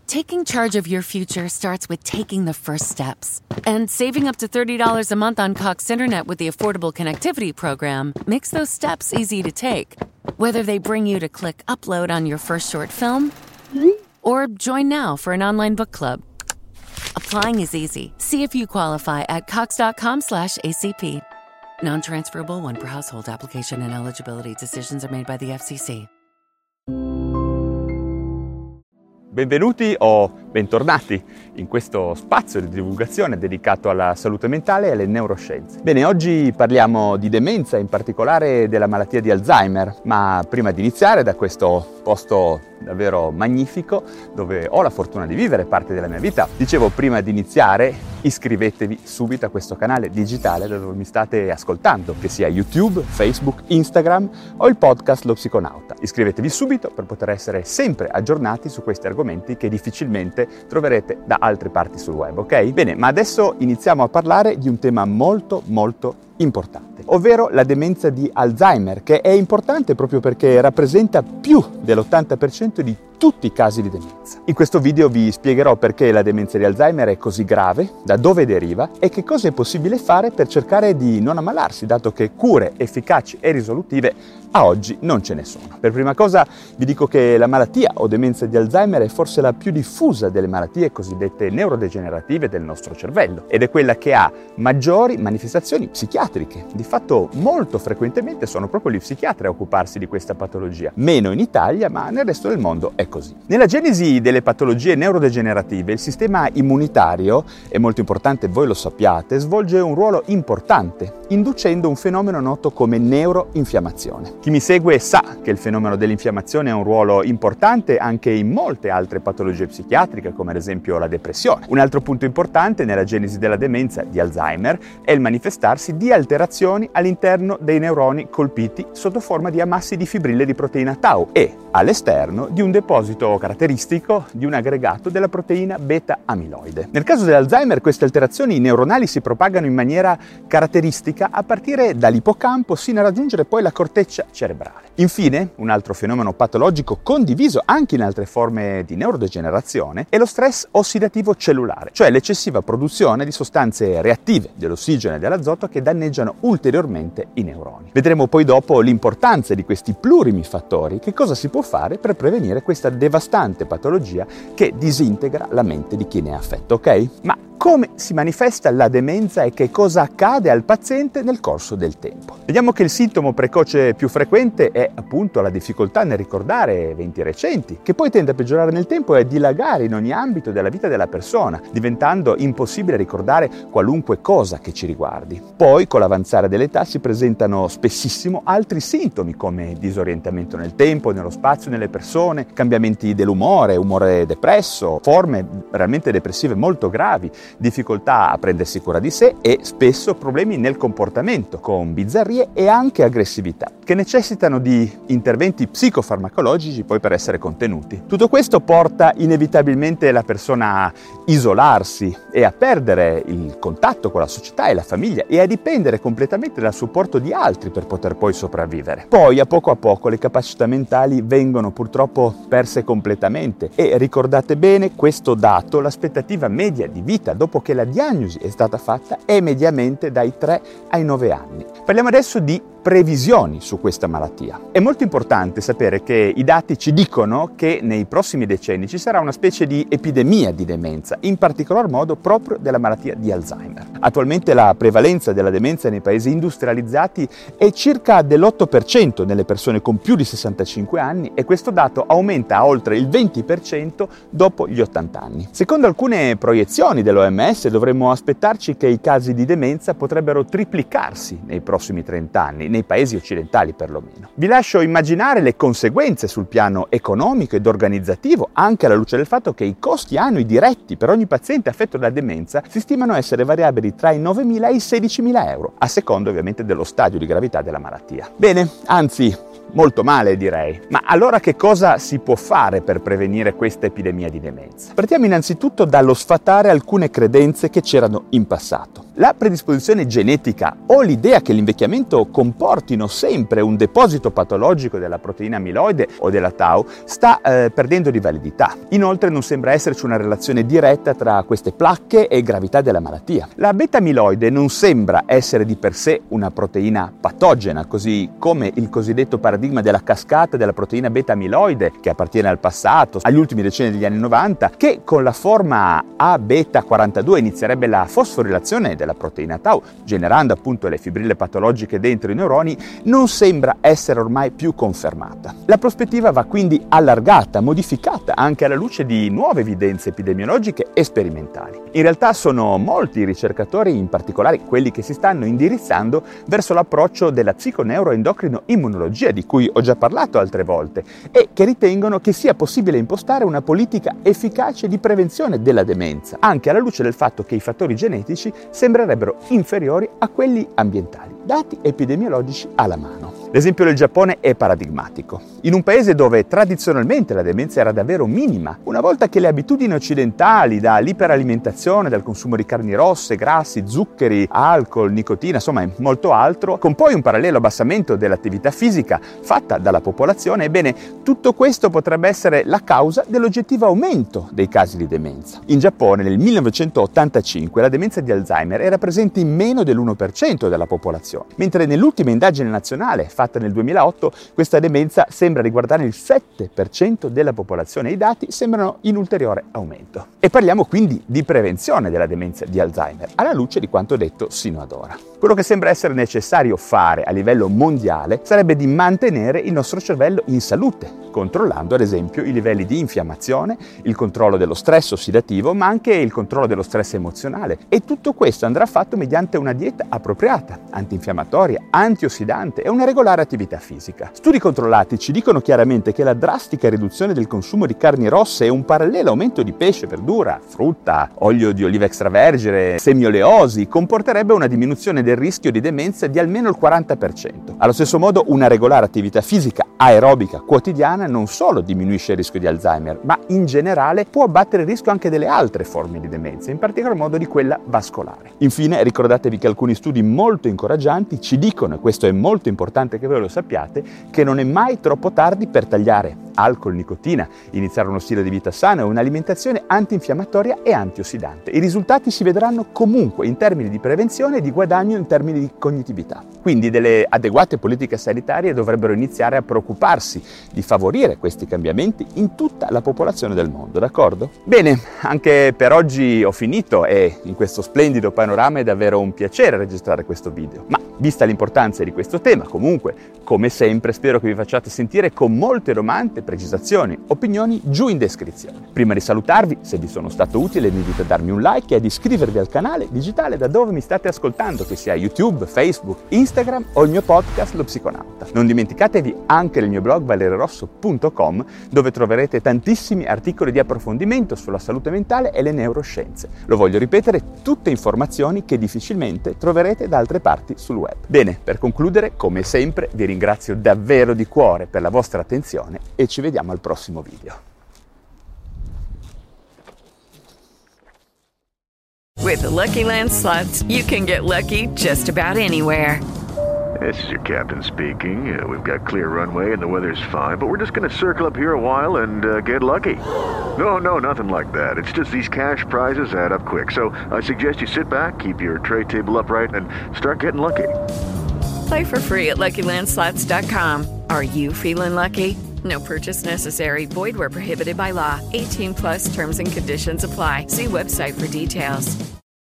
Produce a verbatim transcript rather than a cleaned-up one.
Taking charge of your future starts with taking the first steps. And saving up to thirty dollars a month on Cox Internet with the Affordable Connectivity Program makes those steps easy to take. Whether they bring you to click upload on your first short film or join now for an online book club. Applying is easy. See if you qualify at cox.com slash ACP. Non-transferable one per household. Application and eligibility decisions are made by the F C C. Benvenuti o bentornati in questo spazio di divulgazione dedicato alla salute mentale e alle neuroscienze. Bene, oggi parliamo di demenza, in particolare della malattia di Alzheimer, ma prima di iniziare da questo posto davvero magnifico dove ho la fortuna di vivere parte della mia vita, dicevo prima di iniziare iscrivetevi subito a questo canale digitale da dove mi state ascoltando, che sia YouTube, Facebook, Instagram o il podcast Lo Psiconauta. Iscrivetevi subito per poter essere sempre aggiornati su questi argomenti che difficilmente troverete da altre parti sul web, ok? Bene, ma adesso iniziamo a parlare di un tema molto molto importante, ovvero la demenza di Alzheimer, che è importante proprio perché rappresenta più dell'ottanta per cento di tutti i casi di demenza. In questo video vi spiegherò perché la demenza di Alzheimer è così grave, da dove deriva e che cosa è possibile fare per cercare di non ammalarsi, dato che cure efficaci e risolutive a oggi non ce ne sono. Per prima cosa vi dico che la malattia o demenza di Alzheimer è forse la più diffusa delle malattie cosiddette neurodegenerative del nostro cervello ed è quella che ha maggiori manifestazioni psichiatriche. Di fatto molto frequentemente sono proprio gli psichiatri a occuparsi di questa patologia, meno in Italia, ma nel resto del mondo è così. Nella genesi delle patologie neurodegenerative il sistema immunitario, è molto importante voi lo sappiate, svolge un ruolo importante, inducendo un fenomeno noto come neuroinfiammazione. Chi mi segue sa che il fenomeno dell'infiammazione ha un ruolo importante anche in molte altre patologie psichiatriche, come ad esempio la depressione. Un altro punto importante nella genesi della demenza di Alzheimer è il manifestarsi di alterazioni all'interno dei neuroni colpiti sotto forma di ammassi di fibrille di proteina tau e all'esterno di un deposito caratteristico di un aggregato della proteina beta-amiloide. Nel caso dell'Alzheimer queste alterazioni neuronali si propagano in maniera caratteristica a partire dall'ippocampo sino a raggiungere poi la corteccia cerebrale. Infine, un altro fenomeno patologico condiviso anche in altre forme di neurodegenerazione è lo stress ossidativo cellulare, cioè l'eccessiva produzione di sostanze reattive dell'ossigeno e dell'azoto che danneggiano ulteriormente i neuroni. Vedremo poi dopo l'importanza di questi plurimi fattori, che cosa si può fare per prevenire questa devastante patologia che disintegra la mente di chi ne è affetto, ok? Ma come si manifesta la demenza e che cosa accade al paziente nel corso del tempo? Vediamo che il sintomo precoce più frequente è appunto la difficoltà nel ricordare eventi recenti, che poi tende a peggiorare nel tempo e a dilagare in ogni ambito della vita della persona, diventando impossibile ricordare qualunque cosa che ci riguardi. Poi, con l'avanzare dell'età, si presentano spessissimo altri sintomi come disorientamento nel tempo, nello spazio, nelle persone, cambiamenti dell'umore, umore depresso, forme realmente depressive molto gravi, difficoltà a prendersi cura di sé e spesso problemi nel comportamento, con bizzarrie e anche aggressività, che necessitano di interventi psicofarmacologici poi per essere contenuti. Tutto questo porta inevitabilmente la persona a isolarsi e a perdere il contatto con la società e la famiglia e a dipendere completamente dal supporto di altri per poter poi sopravvivere. Poi a poco a poco le capacità mentali vengono purtroppo perse completamente e ricordate bene questo dato, l'aspettativa media di vita dopo che la diagnosi è stata fatta è mediamente dai tre ai nove anni. Parliamo adesso di previsioni su questa malattia. È molto importante sapere che i dati ci dicono che nei prossimi decenni ci sarà una specie di epidemia di demenza, in particolar modo proprio della malattia di Alzheimer. Attualmente la prevalenza della demenza nei paesi industrializzati è circa dell'otto per cento nelle persone con più di sessantacinque anni e questo dato aumenta a oltre il venti per cento dopo gli ottanta anni. Secondo alcune proiezioni dell'O M S dovremmo aspettarci che i casi di demenza potrebbero triplicarsi nei prossimi trenta anni, nei paesi occidentali perlomeno. Vi lascio immaginare le conseguenze sul piano economico ed organizzativo, anche alla luce del fatto che i costi annui diretti per ogni paziente affetto da demenza si stimano essere variabili tra i novemila e i sedicimila euro, a seconda ovviamente dello stadio di gravità della malattia. Bene, anzi, molto male direi. Ma allora che cosa si può fare per prevenire questa epidemia di demenza? Partiamo innanzitutto dallo sfatare alcune credenze che c'erano in passato. La predisposizione genetica o l'idea che l'invecchiamento comportino sempre un deposito patologico della proteina amiloide o della tau sta eh, perdendo di validità. Inoltre non sembra esserci una relazione diretta tra queste placche e gravità della malattia. La beta-amiloide non sembra essere di per sé una proteina patogena, così come il cosiddetto paradigma della cascata della proteina beta-amiloide, che appartiene al passato, agli ultimi decenni degli anni novanta, che con la forma A beta quarantadue inizierebbe la fosforilazione della proteina tau, generando appunto le fibrille patologiche dentro i neuroni, non sembra essere ormai più confermata. La prospettiva va quindi allargata, modificata anche alla luce di nuove evidenze epidemiologiche e sperimentali. In realtà sono molti i ricercatori, in particolare quelli che si stanno indirizzando verso l'approccio della psiconeuroendocrino-immunologia, di cui ho già parlato altre volte, e che ritengono che sia possibile impostare una politica efficace di prevenzione della demenza, anche alla luce del fatto che i fattori genetici sembrerebbero inferiori a quelli ambientali, dati epidemiologici alla mano. L'esempio del Giappone è paradigmatico. In un paese dove tradizionalmente la demenza era davvero minima, una volta che le abitudini occidentali, dall'iperalimentazione, dal consumo di carni rosse, grassi, zuccheri, alcol, nicotina, insomma e molto altro, con poi un parallelo abbassamento dell'attività fisica fatta dalla popolazione, ebbene tutto questo potrebbe essere la causa dell'oggettivo aumento dei casi di demenza. In Giappone nel millenovecentottantacinque la demenza di Alzheimer era presente in meno dell'uno per cento della popolazione, mentre nell'ultima indagine nazionale fatta nel duemilaotto questa demenza sembra riguardare il sette per cento della popolazione e i dati sembrano in ulteriore aumento. E parliamo quindi di prevenzione della demenza di Alzheimer, alla luce di quanto detto sino ad ora. Quello che sembra essere necessario fare a livello mondiale sarebbe di mantenere il nostro cervello in salute, controllando ad esempio i livelli di infiammazione, il controllo dello stress ossidativo, ma anche il controllo dello stress emozionale. E tutto questo andrà fatto mediante una dieta appropriata, antinfiammatoria, antiossidante e una regolare attività fisica. Studi controllati ci dicono chiaramente che la drastica riduzione del consumo di carni rosse e un parallelo aumento di pesce, verdura, frutta, olio di oliva extravergine, semioleosi comporterebbe una diminuzione del rischio di demenza di almeno il quaranta per cento. Allo stesso modo, una regolare attività fisica aerobica quotidiana non solo diminuisce il rischio di Alzheimer, ma in generale può abbattere il rischio anche delle altre forme di demenza, in particolar modo di quella vascolare. Infine, ricordatevi che alcuni studi molto incoraggianti ci dicono, e questo è molto importante che voi lo sappiate, che non è mai troppo tardi per tagliare alcol, nicotina, iniziare uno stile di vita sano e un'alimentazione antinfiammatoria e antiossidante. I risultati si vedranno comunque in termini di prevenzione e di guadagno in termini di cognitività. Quindi delle adeguate politiche sanitarie dovrebbero iniziare a preoccuparsi di favorire questi cambiamenti in tutta la popolazione del mondo, d'accordo? Bene, anche per oggi ho finito e in questo splendido panorama è davvero un piacere registrare questo video. Ma vista l'importanza di questo tema, comunque, come sempre, spero che vi facciate sentire con molte domande, precisazioni, opinioni giù in descrizione. Prima di salutarvi, se vi sono stato utile, vi invito a darmi un like e ad iscrivervi al canale digitale da dove mi state ascoltando, che sia YouTube, Facebook, Instagram o il mio podcast Lo Psiconauta. Non dimenticatevi anche il mio blog valererosso punto com, dove troverete tantissimi articoli di approfondimento sulla salute mentale e le neuroscienze. Lo voglio ripetere, tutte informazioni che difficilmente troverete da altre parti sul web. Bene, per concludere, come sempre, vi ringrazio davvero di cuore per la vostra attenzione e ci vediamo al prossimo video. With the Lucky Land Slots, you can get lucky just about anywhere. This is your captain speaking. Uh, we've got clear runway and the weather's fine, but we're just going to circle up here a while and uh, get lucky. No, no, nothing like that. It's just these cash prizes add up quick. So I suggest you sit back, keep your tray table upright, and start getting lucky. Play for free at Lucky Land Slots dot com. Are you feeling lucky? No purchase necessary. Void where prohibited by law. eighteen plus terms and conditions apply. See website for details.